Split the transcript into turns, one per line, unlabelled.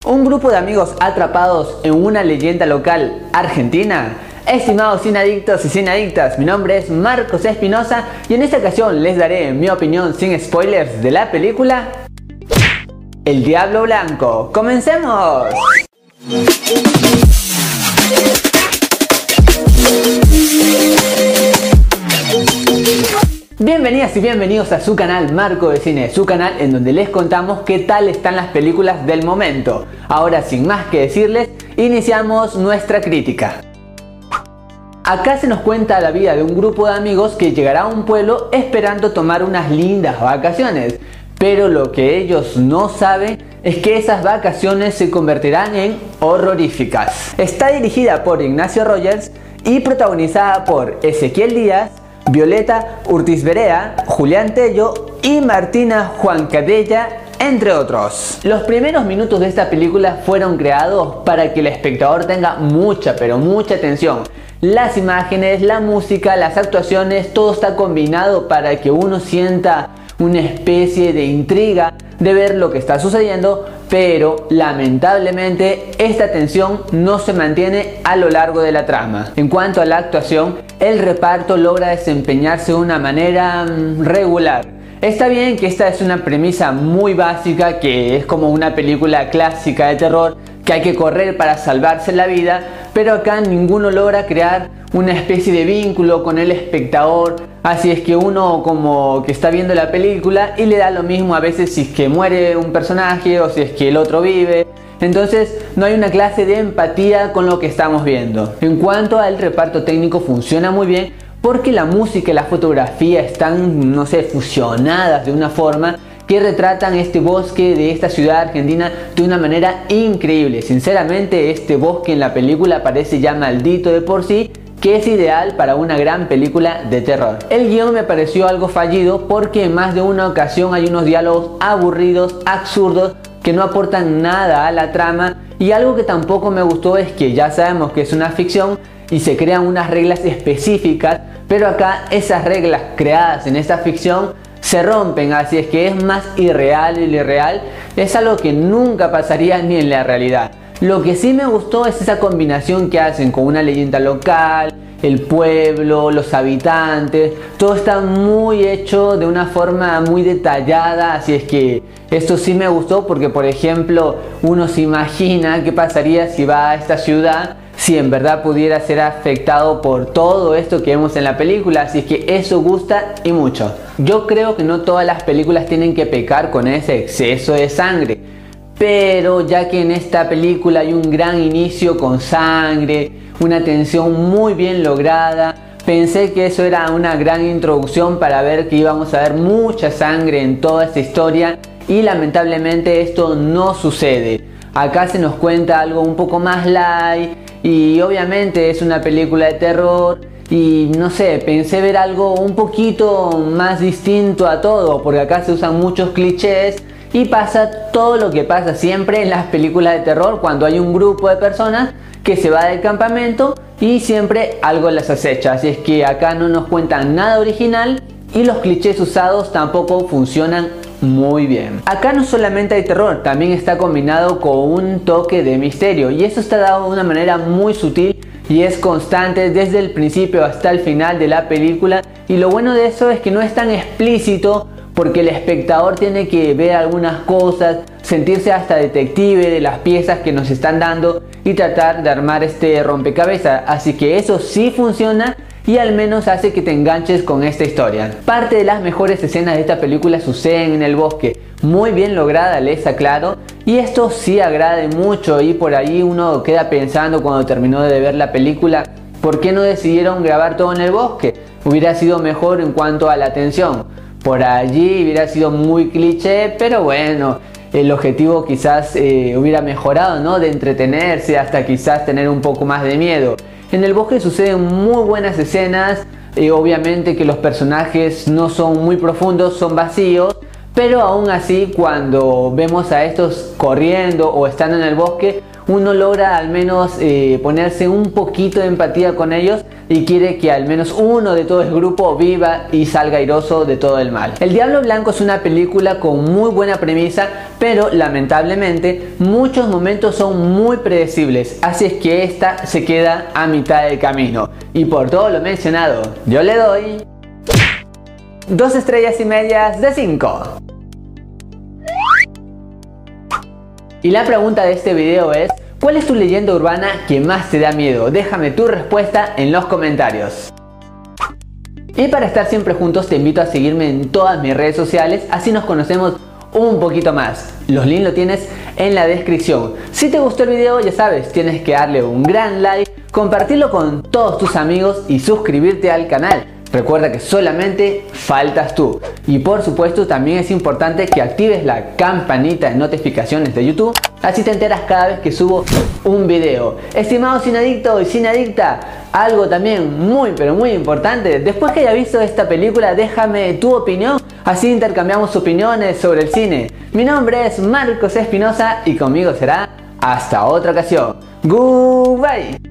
Un grupo de amigos atrapados en una leyenda local argentina. Estimados cineadictos y cineadictas, mi nombre es Marcos Espinosa y en esta ocasión les daré mi opinión sin spoilers de la película El Diablo Blanco. ¡Comencemos! Bienvenidas y bienvenidos a su canal Marco de Cine, su canal en donde les contamos qué tal están las películas del momento. Ahora, sin más que decirles, iniciamos nuestra crítica. Acá se nos cuenta la vida de un grupo de amigos que llegará a un pueblo esperando tomar unas lindas vacaciones. Pero lo que ellos no saben es que esas vacaciones se convertirán en horroríficas. Está dirigida por Ignacio Rogers y protagonizada por Ezequiel Díaz, Violeta Urtiz Berea, Julián Tello y Martina Juancadella, entre otros. Los primeros minutos de esta película fueron creados para que el espectador tenga mucha, pero mucha atención. Las imágenes, la música, las actuaciones, todo está combinado para que uno sienta una especie de intriga de ver lo que está sucediendo, pero lamentablemente esta tensión no se mantiene a lo largo de la trama. En cuanto a la actuación, el reparto logra desempeñarse de una manera regular. Está bien que esta es una premisa muy básica, que es como una película clásica de terror, que hay que correr para salvarse la vida, pero acá ninguno logra crear una especie de vínculo con el espectador, así es que uno como que está viendo la película y le da lo mismo a veces si es que muere un personaje o si es que el otro vive. Entonces no hay una clase de empatía con lo que estamos viendo. En cuanto al reparto técnico, funciona muy bien porque la música y la fotografía están, no sé, fusionadas de una forma que retratan este bosque de esta ciudad argentina de una manera increíble. Sinceramente, este bosque en la película parece ya maldito de por sí, que es ideal para una gran película de terror. El guión me pareció algo fallido porque en más de una ocasión hay unos diálogos aburridos, absurdos, que no aportan nada a la trama, y algo que tampoco me gustó es que ya sabemos que es una ficción y se crean unas reglas específicas, pero acá esas reglas creadas en esta ficción se rompen, así es que es más irreal, y lo irreal es algo que nunca pasaría ni en la realidad. Lo que sí me gustó es esa combinación que hacen con una leyenda local, el pueblo, los habitantes, todo está muy hecho de una forma muy detallada, así es que esto sí me gustó porque, por ejemplo, uno se imagina qué pasaría si va a esta ciudad, si en verdad pudiera ser afectado por todo esto que vemos en la película, así es que eso gusta y mucho. Yo creo que no todas las películas tienen que pecar con ese exceso de sangre, pero ya que en esta película hay un gran inicio con sangre, una tensión muy bien lograda, pensé que eso era una gran introducción para ver que íbamos a ver mucha sangre en toda esta historia, y lamentablemente esto no sucede. Acá se nos cuenta algo un poco más light y obviamente es una película de terror y no sé, pensé ver algo un poquito más distinto a todo, porque acá se usan muchos clichés y pasa todo lo que pasa siempre en las películas de terror cuando hay un grupo de personas que se va del campamento y siempre algo las acecha. Así es que acá no nos cuentan nada original y los clichés usados tampoco funcionan muy bien. Acá no solamente hay terror, también está combinado con un toque de misterio, y eso está dado de una manera muy sutil y es constante desde el principio hasta el final de la película, y lo bueno de eso es que no es tan explícito porque el espectador tiene que ver algunas cosas, sentirse hasta detective de las piezas que nos están dando y tratar de armar este rompecabezas, así que eso sí funciona y al menos hace que te enganches con esta historia. Parte de las mejores escenas de esta película suceden en el bosque, muy bien lograda, les aclaro, y esto sí agrada mucho, y por ahí uno queda pensando cuando terminó de ver la película, ¿por qué no decidieron grabar todo en el bosque? Hubiera sido mejor en cuanto a la atención. Por allí hubiera sido muy cliché, pero bueno, el objetivo quizás hubiera mejorado, ¿no? De entretenerse hasta quizás tener un poco más de miedo. En el bosque suceden muy buenas escenas, obviamente que los personajes no son muy profundos, son vacíos, pero aún así cuando vemos a estos corriendo o estando en el bosque, uno logra al menos ponerse un poquito de empatía con ellos y quiere que al menos uno de todo el grupo viva y salga airoso de todo el mal. El Diablo Blanco es una película con muy buena premisa, pero lamentablemente muchos momentos son muy predecibles, así es que esta se queda a mitad del camino. Y por todo lo mencionado, yo le doy 2 estrellas y medias de 5. Y la pregunta de este video es: ¿cuál es tu leyenda urbana que más te da miedo? Déjame tu respuesta en los comentarios. Y para estar siempre juntos te invito a seguirme en todas mis redes sociales, así nos conocemos un poquito más. Los links lo tienes en la descripción. Si te gustó el video, ya sabes, tienes que darle un gran like, compartirlo con todos tus amigos y suscribirte al canal. Recuerda que solamente faltas tú. Y por supuesto también es importante que actives la campanita de notificaciones de YouTube, así te enteras cada vez que subo un video. Estimado cineadicto y cineadicta, algo también muy pero muy importante: después que hayas visto esta película, déjame tu opinión, así intercambiamos opiniones sobre el cine. Mi nombre es Marcos Espinosa y conmigo será hasta otra ocasión. Goodbye.